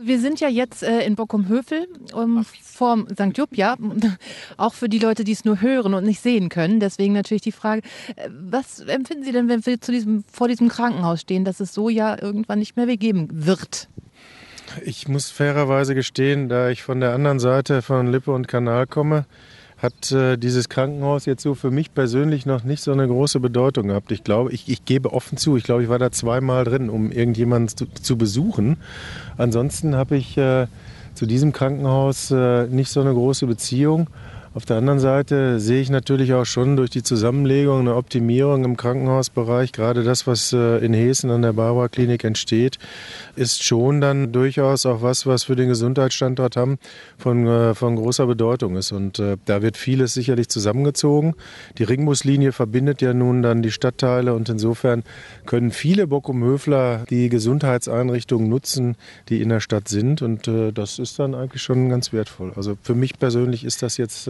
Wir sind ja jetzt in Bockum-Hövel vorm St. Jupp, ja. Auch für die Leute, die es nur hören und nicht sehen können. Deswegen natürlich die Frage, was empfinden Sie denn, wenn wir vor diesem Krankenhaus stehen, dass es so ja irgendwann nicht mehr geben wird? Ich muss fairerweise gestehen, da ich von der anderen Seite von Lippe und Kanal komme, hat dieses Krankenhaus jetzt so für mich persönlich noch nicht so eine große Bedeutung gehabt. Ich glaube, ich gebe offen zu, ich glaube, ich war da zweimal drin, um irgendjemanden zu besuchen. Ansonsten habe ich zu diesem Krankenhaus nicht so eine große Beziehung. Auf der anderen Seite sehe ich natürlich auch schon durch die Zusammenlegung eine Optimierung im Krankenhausbereich. Gerade das, was in Heßen an der Barbara-Klinik entsteht, ist schon dann durchaus auch was für den Gesundheitsstandort Hamm von großer Bedeutung ist. Und da wird vieles sicherlich zusammengezogen. Die Ringbuslinie verbindet ja nun dann die Stadtteile und insofern können viele Bockum-Höfler die Gesundheitseinrichtungen nutzen, die in der Stadt sind. Und das ist dann eigentlich schon ganz wertvoll. Also für mich persönlich ist das jetzt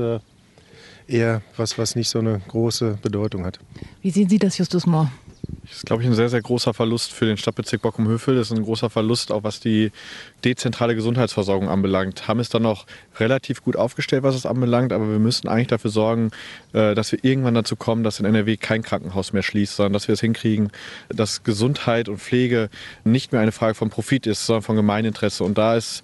eher was nicht so eine große Bedeutung hat. Wie sehen Sie das, Justus Mohr? Das ist, glaube ich, ein sehr, sehr großer Verlust für den Stadtbezirk Bockum-Hövel. Das ist ein großer Verlust, auch was die dezentrale Gesundheitsversorgung anbelangt. Hamm ist dann noch relativ gut aufgestellt, was es anbelangt, aber wir müssen eigentlich dafür sorgen, dass wir irgendwann dazu kommen, dass in NRW kein Krankenhaus mehr schließt, sondern dass wir es hinkriegen, dass Gesundheit und Pflege nicht mehr eine Frage von Profit ist, sondern von Gemeininteresse. Und da ist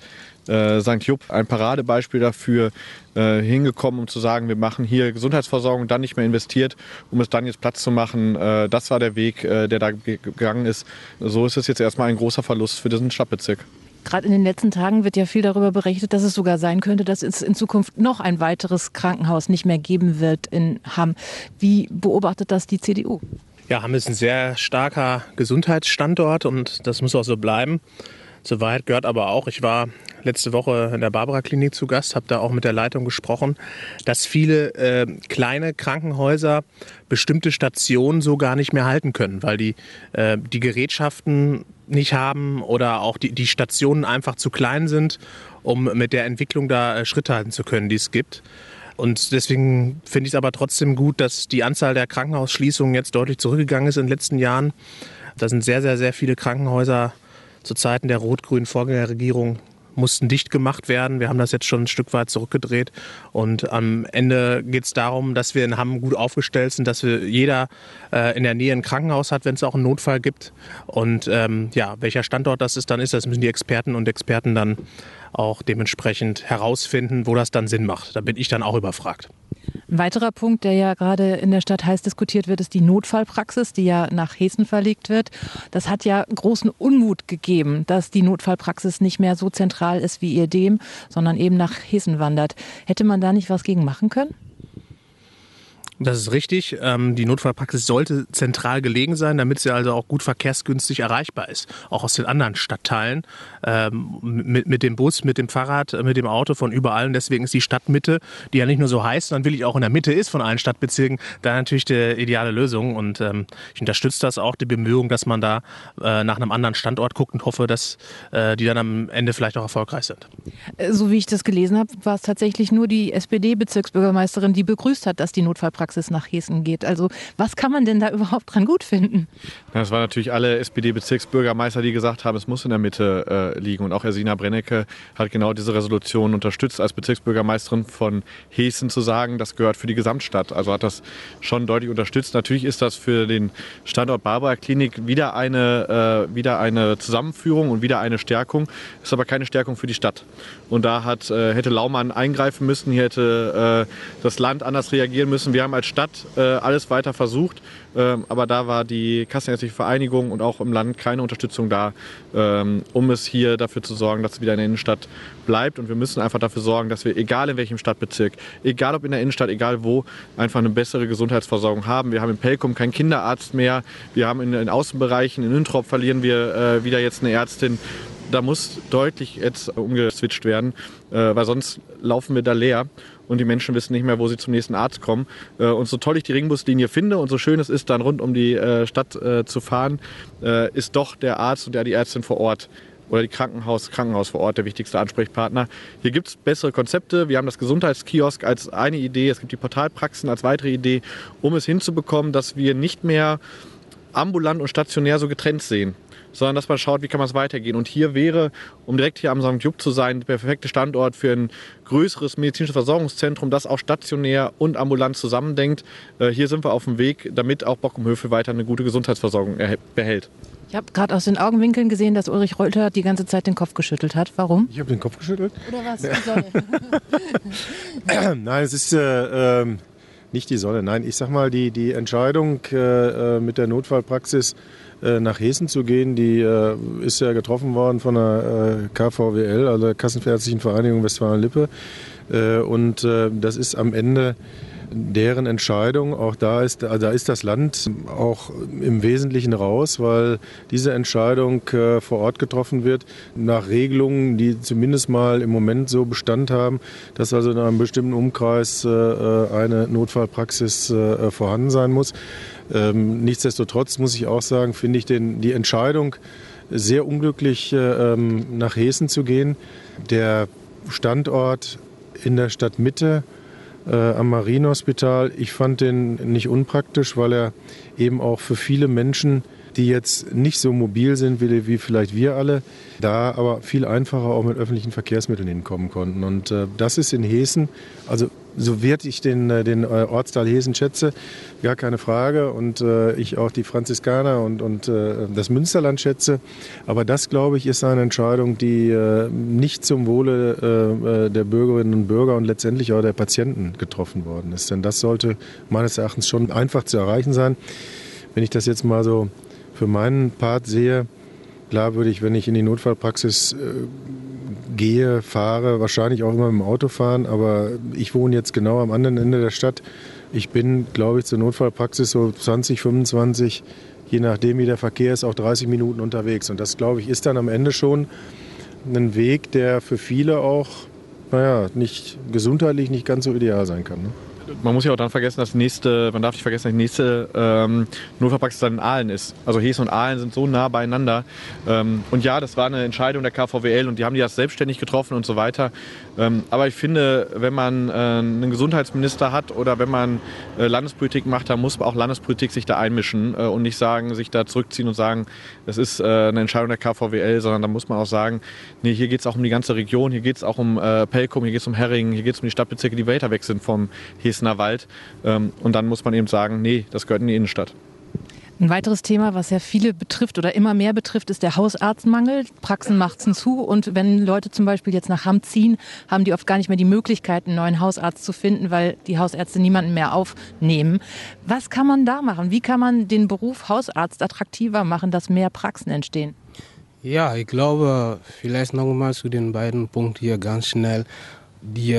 St. Jupp ein Paradebeispiel dafür, hingekommen, um zu sagen, wir machen hier Gesundheitsversorgung, dann nicht mehr investiert, um es dann jetzt Platz zu machen. Das war der Weg, der da gegangen ist. So ist es jetzt erstmal ein großer Verlust für diesen Stadtbezirk. Gerade in den letzten Tagen wird ja viel darüber berichtet, dass es sogar sein könnte, dass es in Zukunft noch ein weiteres Krankenhaus nicht mehr geben wird in Hamm. Wie beobachtet das die CDU? Ja, Hamm ist ein sehr starker Gesundheitsstandort und das muss auch so bleiben. Zur Wahrheit gehört aber auch, ich war letzte Woche in der Barbara-Klinik zu Gast, habe da auch mit der Leitung gesprochen, dass viele kleine Krankenhäuser bestimmte Stationen so gar nicht mehr halten können, weil die Gerätschaften nicht haben oder auch die Stationen einfach zu klein sind, um mit der Entwicklung da Schritt halten zu können, die es gibt. Und deswegen finde ich es aber trotzdem gut, dass die Anzahl der Krankenhausschließungen jetzt deutlich zurückgegangen ist in den letzten Jahren. Da sind sehr, sehr, sehr viele Krankenhäuser zu Zeiten der rot-grünen Vorgängerregierung mussten dicht gemacht werden. Wir haben das jetzt schon ein Stück weit zurückgedreht. Und am Ende geht es darum, dass wir in Hamm gut aufgestellt sind, dass jeder in der Nähe ein Krankenhaus hat, wenn es auch einen Notfall gibt. Und welcher Standort das dann ist, das müssen die Experten und Experten dann auch dementsprechend herausfinden, wo das dann Sinn macht. Da bin ich dann auch überfragt. Ein weiterer Punkt, der ja gerade in der Stadt heiß diskutiert wird, ist die Notfallpraxis, die ja nach Heßen verlegt wird. Das hat ja großen Unmut gegeben, dass die Notfallpraxis nicht mehr so zentral ist wie ehedem, sondern eben nach Heßen wandert. Hätte man da nicht was gegen machen können? Das ist richtig. Die Notfallpraxis sollte zentral gelegen sein, damit sie also auch gut verkehrsgünstig erreichbar ist. Auch aus den anderen Stadtteilen. Mit dem Bus, mit dem Fahrrad, mit dem Auto, von überall. Und deswegen ist die Stadtmitte, die ja nicht nur so heißt, sondern wirklich auch in der Mitte ist von allen Stadtbezirken, da natürlich die ideale Lösung. Und ich unterstütze das auch, die Bemühung, dass man da nach einem anderen Standort guckt und hoffe, dass die dann am Ende vielleicht auch erfolgreich sind. So wie ich das gelesen habe, war es tatsächlich nur die SPD-Bezirksbürgermeisterin, die begrüßt hat, dass die Notfallpraxis nach Heßen geht. Also was kann man denn da überhaupt dran gut finden? Das waren natürlich alle SPD-Bezirksbürgermeister, die gesagt haben, es muss in der Mitte liegen. Und auch Ersina Brennecke hat genau diese Resolution unterstützt, als Bezirksbürgermeisterin von Heßen zu sagen, das gehört für die Gesamtstadt. Also hat das schon deutlich unterstützt. Natürlich ist das für den Standort Barbara-Klinik wieder eine Zusammenführung und wieder eine Stärkung. Ist aber keine Stärkung für die Stadt. Und da hätte Laumann eingreifen müssen, hier hätte das Land anders reagieren müssen. Wir haben als Stadt alles weiter versucht, aber da war die Kassenärztliche Vereinigung und auch im Land keine Unterstützung da, um es hier dafür zu sorgen, dass es wieder in der Innenstadt bleibt. Und wir müssen einfach dafür sorgen, dass wir, egal in welchem Stadtbezirk, egal ob in der Innenstadt, egal wo, einfach eine bessere Gesundheitsversorgung haben. Wir haben in Pelkum keinen Kinderarzt mehr, wir haben in den Außenbereichen, in Üntrop verlieren wir wieder jetzt eine Ärztin. Da muss deutlich jetzt umgeswitcht werden, weil sonst laufen wir da leer und die Menschen wissen nicht mehr, wo sie zum nächsten Arzt kommen. Und so toll ich die Ringbuslinie finde und so schön es ist, dann rund um die Stadt zu fahren, ist doch der Arzt und die Ärztin vor Ort oder die Krankenhaus vor Ort der wichtigste Ansprechpartner. Hier gibt es bessere Konzepte. Wir haben das Gesundheitskiosk als eine Idee, es gibt die Portalpraxen als weitere Idee, um es hinzubekommen, dass wir nicht mehr ambulant und stationär so getrennt sehen, sondern dass man schaut, wie kann man es weitergehen. Und hier wäre, um direkt hier am St. Jupp zu sein, der perfekte Standort für ein größeres medizinisches Versorgungszentrum, das auch stationär und ambulant zusammendenkt. Hier sind wir auf dem Weg, damit auch Bockum-Hövel weiter eine gute Gesundheitsversorgung behält. Ich habe gerade aus den Augenwinkeln gesehen, dass Ulrich Reuter die ganze Zeit den Kopf geschüttelt hat. Warum? Ich habe den Kopf geschüttelt. Oder was? Die Sonne. Nein, es ist nicht die Sonne. Nein, ich sag mal, die Entscheidung mit der Notfallpraxis nach Hessen zu gehen, die ist ja getroffen worden von der KVWL, also der Kassenärztlichen Vereinigung Westfalen-Lippe. Und das ist am Ende deren Entscheidung. Auch da ist das Land auch im Wesentlichen raus, weil diese Entscheidung vor Ort getroffen wird nach Regelungen, die zumindest mal im Moment so Bestand haben, dass also in einem bestimmten Umkreis eine Notfallpraxis vorhanden sein muss. Nichtsdestotrotz muss ich auch sagen, finde ich die Entscheidung sehr unglücklich, nach Hessen zu gehen. Der Standort in der Stadtmitte am Marienhospital, ich fand den nicht unpraktisch, weil er eben auch für viele Menschen, die jetzt nicht so mobil sind wie vielleicht wir alle, da aber viel einfacher auch mit öffentlichen Verkehrsmitteln hinkommen konnten. Und das ist in Hessen, also so wert ich den Ortsteil Hessen schätze, gar keine Frage. Und ich auch die Franziskaner und das Münsterland schätze. Aber das, glaube ich, ist eine Entscheidung, die nicht zum Wohle der Bürgerinnen und Bürger und letztendlich auch der Patienten getroffen worden ist. Denn das sollte meines Erachtens schon einfach zu erreichen sein. Wenn ich das jetzt mal so für meinen Part sehe, klar würde ich, wenn ich in die Notfallpraxis gehe, fahre, wahrscheinlich auch immer mit dem Auto fahren, aber ich wohne jetzt genau am anderen Ende der Stadt. Ich bin, glaube ich, zur Notfallpraxis so 20, 25, je nachdem wie der Verkehr ist, auch 30 Minuten unterwegs. Und das, glaube ich, ist dann am Ende schon ein Weg, der für viele auch, nicht gesundheitlich nicht ganz so ideal sein kann. Ne? Man muss ja auch dann vergessen, man darf nicht vergessen, dass die nächste Notfallpraxis dann in Aalen ist. Also Hessen und Aalen sind so nah beieinander. Und ja, das war eine Entscheidung der KVWL und die haben das selbstständig getroffen und so weiter. Aber ich finde, wenn man einen Gesundheitsminister hat oder wenn man Landespolitik macht, dann muss auch Landespolitik sich da einmischen und nicht sagen, sich da zurückziehen und sagen, das ist eine Entscheidung der KVWL, sondern da muss man auch sagen, nee, hier geht es auch um die ganze Region, hier geht es auch um Pelkum, hier geht es um Herringen, hier geht es um die Stadtbezirke, die weiter weg sind vom Hessener Wald. Und dann muss man eben sagen, nee, das gehört in die Innenstadt. Ein weiteres Thema, was ja viele betrifft oder immer mehr betrifft, ist der Hausarztmangel. Praxen macht's zu und wenn Leute zum Beispiel jetzt nach Hamm ziehen, haben die oft gar nicht mehr die Möglichkeit, einen neuen Hausarzt zu finden, weil die Hausärzte niemanden mehr aufnehmen. Was kann man da machen? Wie kann man den Beruf Hausarzt attraktiver machen, dass mehr Praxen entstehen? Ja, ich glaube, vielleicht nochmal zu den beiden Punkten hier ganz schnell. Die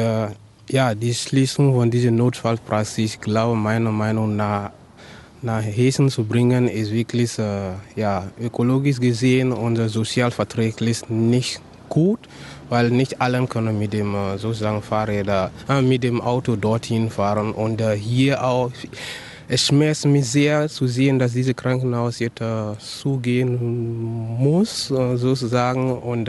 Schließung von dieser Notfallpraxis, ich glaube, meiner Meinung nach Hessen zu bringen, ist wirklich ökologisch gesehen und sozialverträglich nicht gut, weil nicht alle können mit dem Fahrräder, mit dem Auto dorthin fahren. Und hier auch, es schmerzt mich sehr zu sehen, dass dieses Krankenhaus jetzt zugehen muss, sozusagen. Und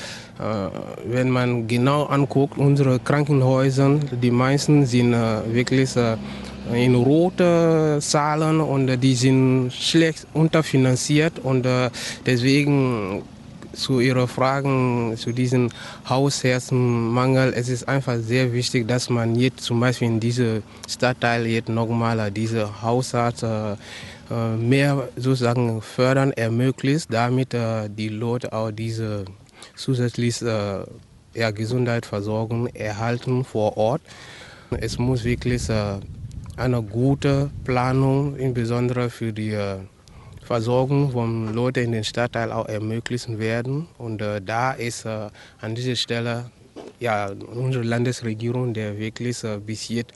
wenn man genau anguckt, unsere Krankenhäuser, die meisten sind wirklich in rote Zahlen und die sind schlecht unterfinanziert und deswegen zu Ihrer Fragen zu diesem Hausärztenmangel, es ist einfach sehr wichtig, dass man jetzt zum Beispiel in diesem Stadtteil jetzt nochmal diese Hausarzt mehr sozusagen fördern ermöglicht, damit die Leute auch diese zusätzliche Gesundheitsversorgung erhalten vor Ort. Es muss wirklich eine gute Planung, insbesondere für die Versorgung von Leuten in den Stadtteil auch ermöglichen werden. Und da ist an dieser Stelle unsere Landesregierung, der wirklich bis jetzt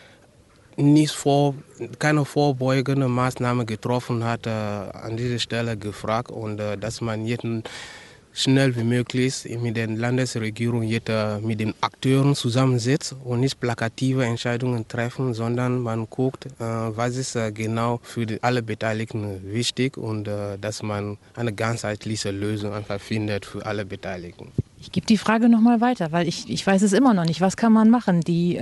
keine vorbeugende Maßnahme getroffen hat, an dieser Stelle gefragt und dass man jetzt schnell wie möglich mit der Landesregierung jetzt mit den Akteuren zusammensetzt und nicht plakative Entscheidungen treffen, sondern man guckt, was ist genau für alle Beteiligten wichtig und dass man eine ganzheitliche Lösung einfach findet für alle Beteiligten. Ich gebe die Frage nochmal weiter, weil ich weiß es immer noch nicht. Was kann man machen? Die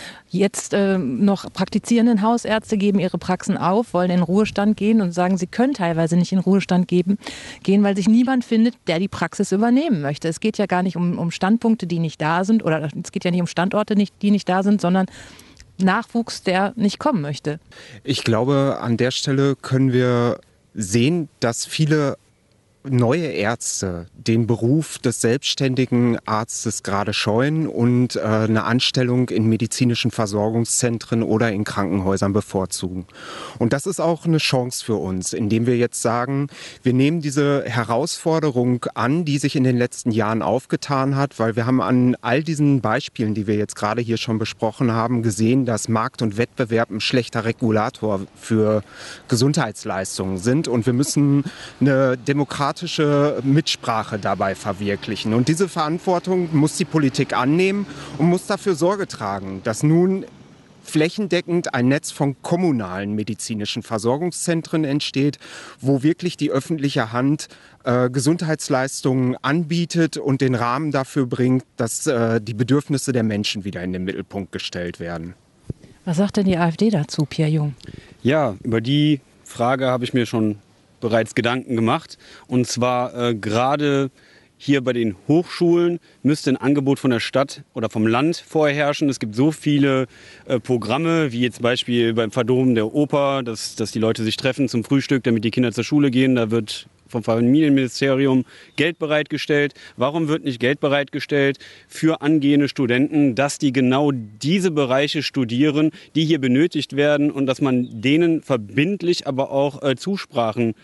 jetzt noch praktizierenden Hausärzte geben ihre Praxen auf, wollen in den Ruhestand gehen und sagen, sie können teilweise nicht in den Ruhestand gehen, weil sich niemand findet, der die Praxis übernehmen möchte. Es geht ja gar nicht um Standpunkte, die nicht da sind, oder es geht ja nicht um Standorte, die nicht da sind, sondern Nachwuchs, der nicht kommen möchte. Ich glaube, an der Stelle können wir sehen, dass viele neue Ärzte den Beruf des selbstständigen Arztes gerade scheuen und eine Anstellung in medizinischen Versorgungszentren oder in Krankenhäusern bevorzugen. Und das ist auch eine Chance für uns, indem wir jetzt sagen, wir nehmen diese Herausforderung an, die sich in den letzten Jahren aufgetan hat, weil wir haben an all diesen Beispielen, die wir jetzt gerade hier schon besprochen haben, gesehen, dass Markt und Wettbewerb ein schlechter Regulator für Gesundheitsleistungen sind und wir müssen eine demokratische Mitsprache dabei verwirklichen. Und diese Verantwortung muss die Politik annehmen und muss dafür Sorge tragen, dass nun flächendeckend ein Netz von kommunalen medizinischen Versorgungszentren entsteht, wo wirklich die öffentliche Hand Gesundheitsleistungen anbietet und den Rahmen dafür bringt, dass die Bedürfnisse der Menschen wieder in den Mittelpunkt gestellt werden. Was sagt denn die AfD dazu, Pierre Jung? Ja, über die Frage habe ich mir schon bereits Gedanken gemacht. Und zwar gerade hier bei den Hochschulen müsste ein Angebot von der Stadt oder vom Land vorherrschen. Es gibt so viele Programme, wie jetzt Beispiel beim Verdomen der Oper, dass die Leute sich treffen zum Frühstück, damit die Kinder zur Schule gehen. Da wird vom Familienministerium Geld bereitgestellt. Warum wird nicht Geld bereitgestellt für angehende Studenten, dass die genau diese Bereiche studieren, die hier benötigt werden und dass man denen verbindlich aber auch Zusprachen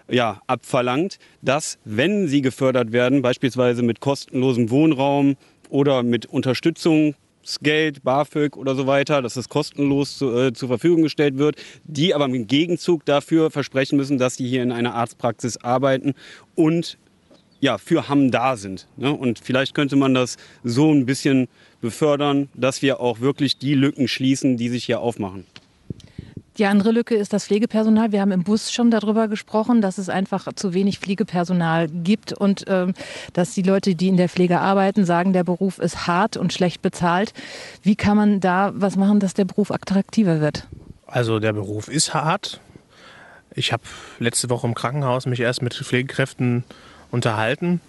abverlangt, dass, wenn sie gefördert werden, beispielsweise mit kostenlosem Wohnraum oder mit Unterstützungsgeld, BAföG oder so weiter, dass das kostenlos zur Verfügung gestellt wird, die aber im Gegenzug dafür versprechen müssen, dass die hier in einer Arztpraxis arbeiten und für Hamm da sind. Ne? Und vielleicht könnte man das so ein bisschen befördern, dass wir auch wirklich die Lücken schließen, die sich hier aufmachen. Die andere Lücke ist das Pflegepersonal. Wir haben im Bus schon darüber gesprochen, dass es einfach zu wenig Pflegepersonal gibt und dass die Leute, die in der Pflege arbeiten, sagen, der Beruf ist hart und schlecht bezahlt. Wie kann man da was machen, dass der Beruf attraktiver wird? Also der Beruf ist hart. Ich habe letzte Woche im Krankenhaus mich erst mit Pflegekräften unterhalten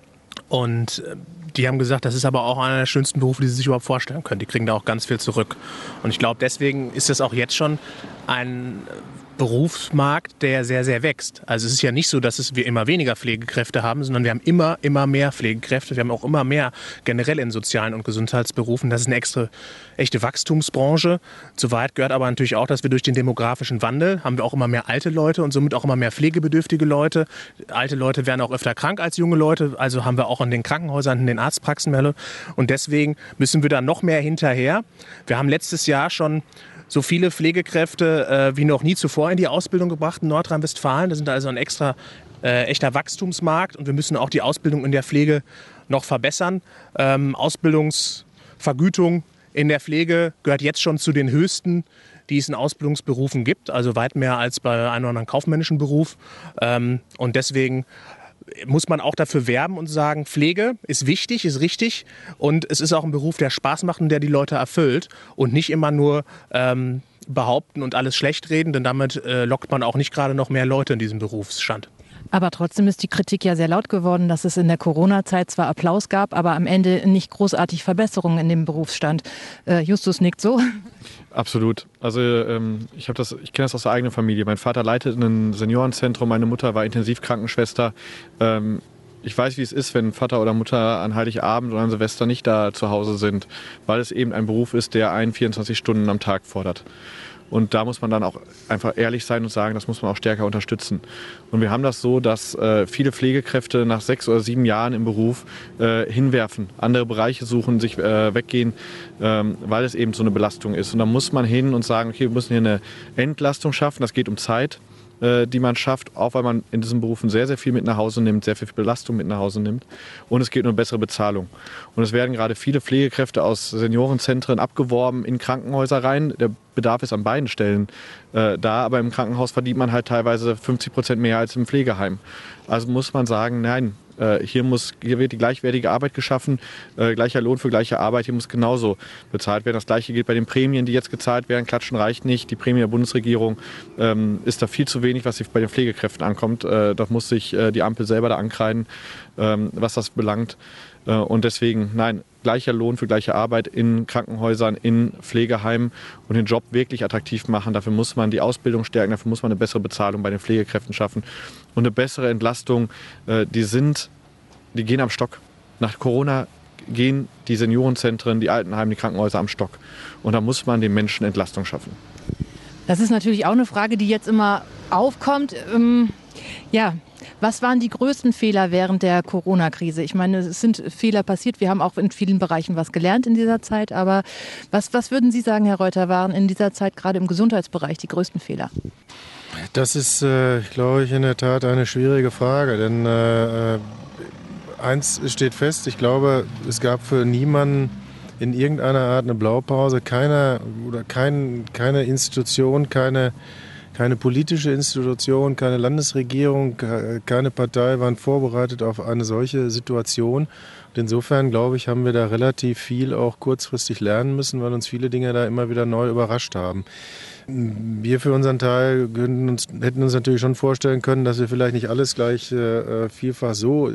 und die haben gesagt, das ist aber auch einer der schönsten Berufe, die sie sich überhaupt vorstellen können. Die kriegen da auch ganz viel zurück. Und ich glaube, deswegen ist das auch jetzt schon ein Berufsmarkt, der sehr, sehr wächst. Also es ist ja nicht so, dass wir immer weniger Pflegekräfte haben, sondern wir haben immer mehr Pflegekräfte. Wir haben auch immer mehr generell in sozialen und Gesundheitsberufen. Das ist eine echte Wachstumsbranche. Zur Wahrheit gehört aber natürlich auch, dass wir durch den demografischen Wandel haben wir auch immer mehr alte Leute und somit auch immer mehr pflegebedürftige Leute. Alte Leute werden auch öfter krank als junge Leute. Also haben wir auch in den Krankenhäusern, in den Arztpraxen mehr. Und deswegen müssen wir da noch mehr hinterher. Wir haben letztes Jahr schon so viele Pflegekräfte wie noch nie zuvor in die Ausbildung gebracht in Nordrhein-Westfalen. Das ist also ein echter Wachstumsmarkt und wir müssen auch die Ausbildung in der Pflege noch verbessern. Ausbildungsvergütung in der Pflege gehört jetzt schon zu den höchsten, die es in Ausbildungsberufen gibt, also weit mehr als bei einem oder anderen kaufmännischen Beruf. Und deswegen muss man auch dafür werben und sagen, Pflege ist wichtig, ist richtig und es ist auch ein Beruf, der Spaß macht und der die Leute erfüllt und nicht immer nur behaupten und alles schlecht reden, denn damit lockt man auch nicht gerade noch mehr Leute in diesen Berufsstand. Aber trotzdem ist die Kritik ja sehr laut geworden, dass es in der Corona-Zeit zwar Applaus gab, aber am Ende nicht großartig Verbesserungen in dem Berufsstand. Justus nickt so. Absolut. Also ich kenne das aus der eigenen Familie. Mein Vater leitet ein Seniorenzentrum, meine Mutter war Intensivkrankenschwester. Ich weiß, wie es ist, wenn Vater oder Mutter an Heiligabend oder an Silvester nicht da zu Hause sind, weil es eben ein Beruf ist, der einen 24 Stunden am Tag fordert. Und da muss man dann auch einfach ehrlich sein und sagen, das muss man auch stärker unterstützen. Und wir haben das so, dass viele Pflegekräfte nach 6 oder 7 Jahren im Beruf hinwerfen, andere Bereiche suchen, sich weggehen, weil es eben so eine Belastung ist. Und da muss man hin und sagen, okay, wir müssen hier eine Entlastung schaffen, das geht um Zeit, die man schafft, auch weil man in diesen Berufen sehr, sehr viel mit nach Hause nimmt, sehr viel Belastung mit nach Hause nimmt. Und es geht um eine bessere Bezahlung. Und es werden gerade viele Pflegekräfte aus Seniorenzentren abgeworben in Krankenhäuser rein. Der Bedarf ist an beiden Stellen da, aber im Krankenhaus verdient man halt teilweise 50% mehr als im Pflegeheim. Also muss man sagen, nein, Hier wird die gleichwertige Arbeit geschaffen, gleicher Lohn für gleiche Arbeit, hier muss genauso bezahlt werden. Das Gleiche gilt bei den Prämien, die jetzt gezahlt werden. Klatschen reicht nicht. Die Prämie der Bundesregierung ist da viel zu wenig, was bei den Pflegekräften ankommt. Da muss sich die Ampel selber da ankreiden, was das belangt. Und deswegen, nein, gleicher Lohn für gleiche Arbeit in Krankenhäusern, in Pflegeheimen und den Job wirklich attraktiv machen. Dafür muss man die Ausbildung stärken, dafür muss man eine bessere Bezahlung bei den Pflegekräften schaffen und eine bessere Entlastung. Die gehen am Stock. Nach Corona gehen die Seniorenzentren, die Altenheime, die Krankenhäuser am Stock. Und da muss man den Menschen Entlastung schaffen. Das ist natürlich auch eine Frage, die jetzt immer aufkommt. Was waren die größten Fehler während der Corona-Krise? Ich meine, es sind Fehler passiert. Wir haben auch in vielen Bereichen was gelernt in dieser Zeit. Aber was würden Sie sagen, Herr Reuter, waren in dieser Zeit gerade im Gesundheitsbereich die größten Fehler? Das ist, glaube ich, in der Tat eine schwierige Frage. Denn eins steht fest, ich glaube, es gab für niemanden in irgendeiner Art eine Blaupause. Keine Institution, keine politische Institution, keine Landesregierung, keine Partei waren vorbereitet auf eine solche Situation. Und insofern, glaube ich, haben wir da relativ viel auch kurzfristig lernen müssen, weil uns viele Dinge da immer wieder neu überrascht haben. Wir für unseren Teil hätten uns natürlich schon vorstellen können, dass wir vielleicht nicht alles gleich vielfach so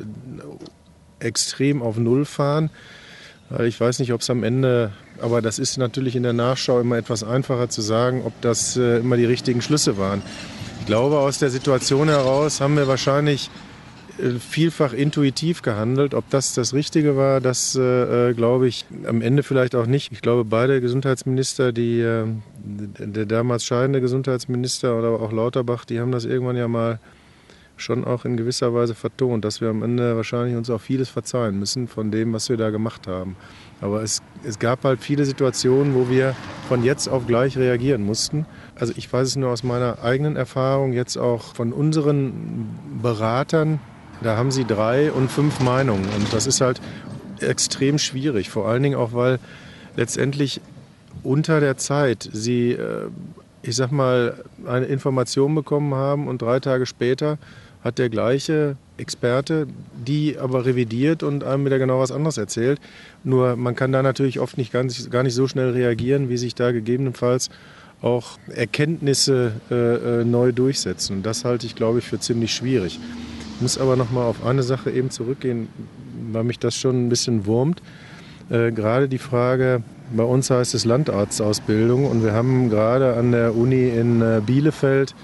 extrem auf Null fahren. Ich weiß nicht, ob es am Ende, aber das ist natürlich in der Nachschau immer etwas einfacher zu sagen, ob das immer die richtigen Schlüsse waren. Ich glaube, aus der Situation heraus haben wir wahrscheinlich vielfach intuitiv gehandelt. Ob das Richtige war, das glaube ich am Ende vielleicht auch nicht. Ich glaube, beide Gesundheitsminister, der damals scheidende Gesundheitsminister oder auch Lauterbach, die haben das irgendwann ja mal schon auch in gewisser Weise vertont, dass wir am Ende wahrscheinlich uns auch vieles verzeihen müssen von dem, was wir da gemacht haben. Aber es gab halt viele Situationen, wo wir von jetzt auf gleich reagieren mussten. Also ich weiß es nur aus meiner eigenen Erfahrung, jetzt auch von unseren Beratern, da haben sie 3 und 5 Meinungen. Und das ist halt extrem schwierig, vor allen Dingen auch, weil letztendlich unter der Zeit sie, ich sag mal, eine Information bekommen haben und 3 Tage später hat der gleiche Experte die aber revidiert und einem wieder genau was anderes erzählt. Nur man kann da natürlich oft gar nicht so schnell reagieren, wie sich da gegebenenfalls auch Erkenntnisse neu durchsetzen. Und das halte ich, glaube ich, für ziemlich schwierig. Ich muss aber noch mal auf eine Sache eben zurückgehen, weil mich das schon ein bisschen wurmt. Gerade die Frage, bei uns heißt es Landarztausbildung und wir haben gerade an der Uni in Bielefeld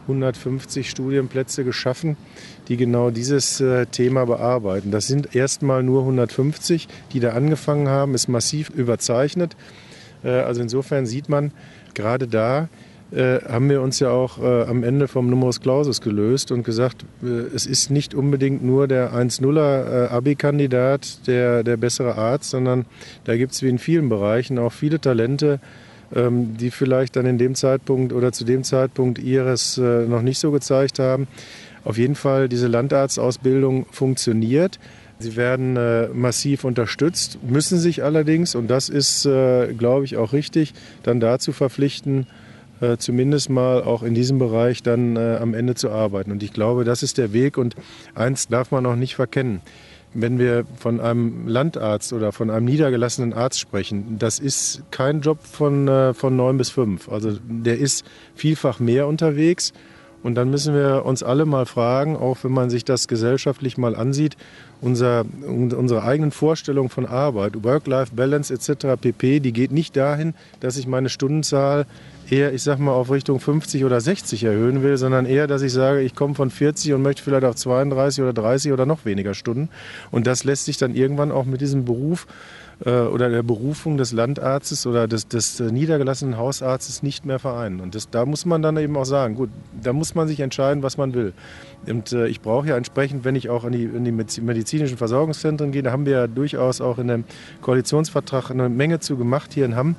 150 Studienplätze geschaffen, die genau dieses Thema bearbeiten. Das sind erstmal nur 150, die da angefangen haben, ist massiv überzeichnet. Also insofern sieht man, gerade da haben wir uns ja auch am Ende vom Numerus Clausus gelöst und gesagt, es ist nicht unbedingt nur der 1-0er Abi-Kandidat der bessere Arzt, sondern da gibt es wie in vielen Bereichen auch viele Talente, die vielleicht dann in dem Zeitpunkt oder zu dem Zeitpunkt ihres noch nicht so gezeigt haben. Auf jeden Fall, diese Landarztausbildung funktioniert. Sie werden massiv unterstützt, müssen sich allerdings, und das ist, glaube ich, auch richtig, dann dazu verpflichten, zumindest mal auch in diesem Bereich dann am Ende zu arbeiten. Und ich glaube, das ist der Weg. Und eins darf man auch nicht verkennen. Wenn wir von einem Landarzt oder von einem niedergelassenen Arzt sprechen, das ist kein Job von 9 bis 5. Also der ist vielfach mehr unterwegs. Und dann müssen wir uns alle mal fragen, auch wenn man sich das gesellschaftlich mal ansieht, unsere eigenen Vorstellungen von Arbeit, Work-Life-Balance etc. pp., die geht nicht dahin, dass ich meine Stundenzahl eher, ich sag mal, auf Richtung 50 oder 60 erhöhen will, sondern eher, dass ich sage, ich komme von 40 und möchte vielleicht auf 32 oder 30 oder noch weniger Stunden. Und das lässt sich dann irgendwann auch mit diesem Beruf oder der Berufung des Landarztes oder des niedergelassenen Hausarztes nicht mehr vereinen. Und da muss man dann eben auch sagen, gut, da muss man sich entscheiden, was man will. Und ich brauche ja entsprechend, wenn ich auch in die medizinischen Versorgungszentren gehe, da haben wir ja durchaus auch in dem Koalitionsvertrag eine Menge zu gemacht hier in Hamm.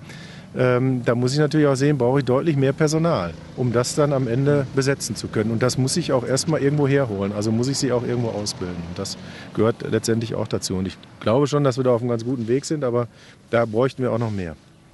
Da muss ich natürlich auch sehen, brauche ich deutlich mehr Personal, um das dann am Ende besetzen zu können. Und das muss ich auch erstmal irgendwo herholen. Also muss ich sie auch irgendwo ausbilden. Und das gehört letztendlich auch dazu. Und ich glaube schon, dass wir da auf einem ganz guten Weg sind, aber da bräuchten wir auch noch mehr.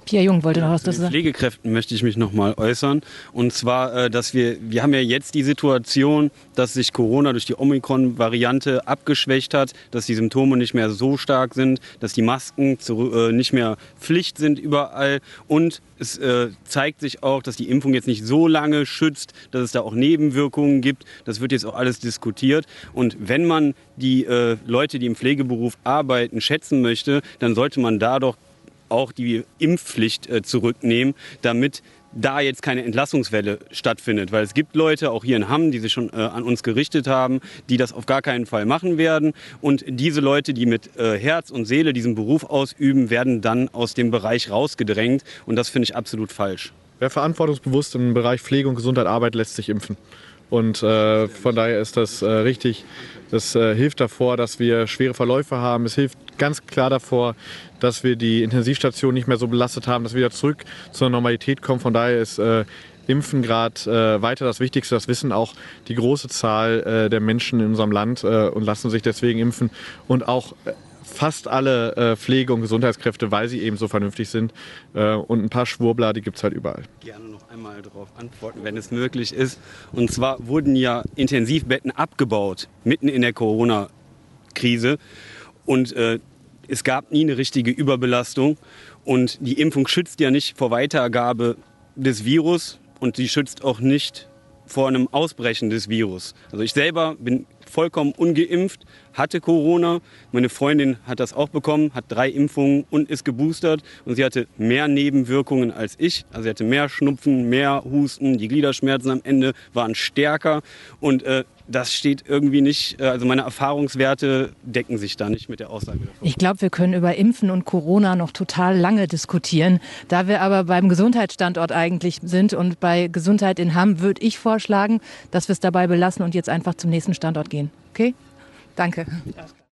Pia Jung wollte noch was dazu sagen. Pflegekräften möchte ich mich noch mal äußern. Und zwar, dass wir haben ja jetzt die Situation, dass sich Corona durch die Omikron-Variante abgeschwächt hat, dass die Symptome nicht mehr so stark sind, dass die Masken nicht mehr Pflicht sind überall. Und es zeigt sich auch, dass die Impfung jetzt nicht so lange schützt, dass es da auch Nebenwirkungen gibt. Das wird jetzt auch alles diskutiert. Und wenn man die Leute, die im Pflegeberuf arbeiten, schätzen möchte, dann sollte man da doch auch die Impfpflicht zurücknehmen, damit da jetzt keine Entlassungswelle stattfindet. Weil es gibt Leute, auch hier in Hamm, die sich schon an uns gerichtet haben, die das auf gar keinen Fall machen werden. Und diese Leute, die mit Herz und Seele diesen Beruf ausüben, werden dann aus dem Bereich rausgedrängt. Und das finde ich absolut falsch. Wer verantwortungsbewusst im Bereich Pflege und Gesundheit arbeitet, lässt sich impfen. Und von daher ist das richtig. Das hilft davor, dass wir schwere Verläufe haben. Es hilft ganz klar davor, dass wir die Intensivstation nicht mehr so belastet haben, dass wir wieder zurück zur Normalität kommen. Von daher ist Impfen gerade weiter das Wichtigste. Das wissen auch die große Zahl der Menschen in unserem Land und lassen sich deswegen impfen. Und auch fast alle Pflege- und Gesundheitskräfte, weil sie eben so vernünftig sind. Und ein paar Schwurbler, die gibt es halt überall. Gerne noch einmal darauf antworten, wenn es möglich ist. Und zwar wurden ja Intensivbetten abgebaut, mitten in der Corona-Krise. Und es gab nie eine richtige Überbelastung. Und die Impfung schützt ja nicht vor Weitergabe des Virus und sie schützt auch nicht vor einem Ausbrechen des Virus. Also ich selber bin vollkommen ungeimpft, hatte Corona. Meine Freundin hat das auch bekommen, hat 3 Impfungen und ist geboostert. Und sie hatte mehr Nebenwirkungen als ich. Also sie hatte mehr Schnupfen, mehr Husten. Die Gliederschmerzen am Ende waren stärker. Und das steht irgendwie nicht, also meine Erfahrungswerte decken sich da nicht mit der Aussage davon. Ich glaube, wir können über Impfen und Corona noch total lange diskutieren. Da wir aber beim Gesundheitsstandort eigentlich sind und bei Gesundheit in Hamm, würde ich vorschlagen, dass wir es dabei belassen und jetzt einfach zum nächsten Standort gehen. Okay? Danke.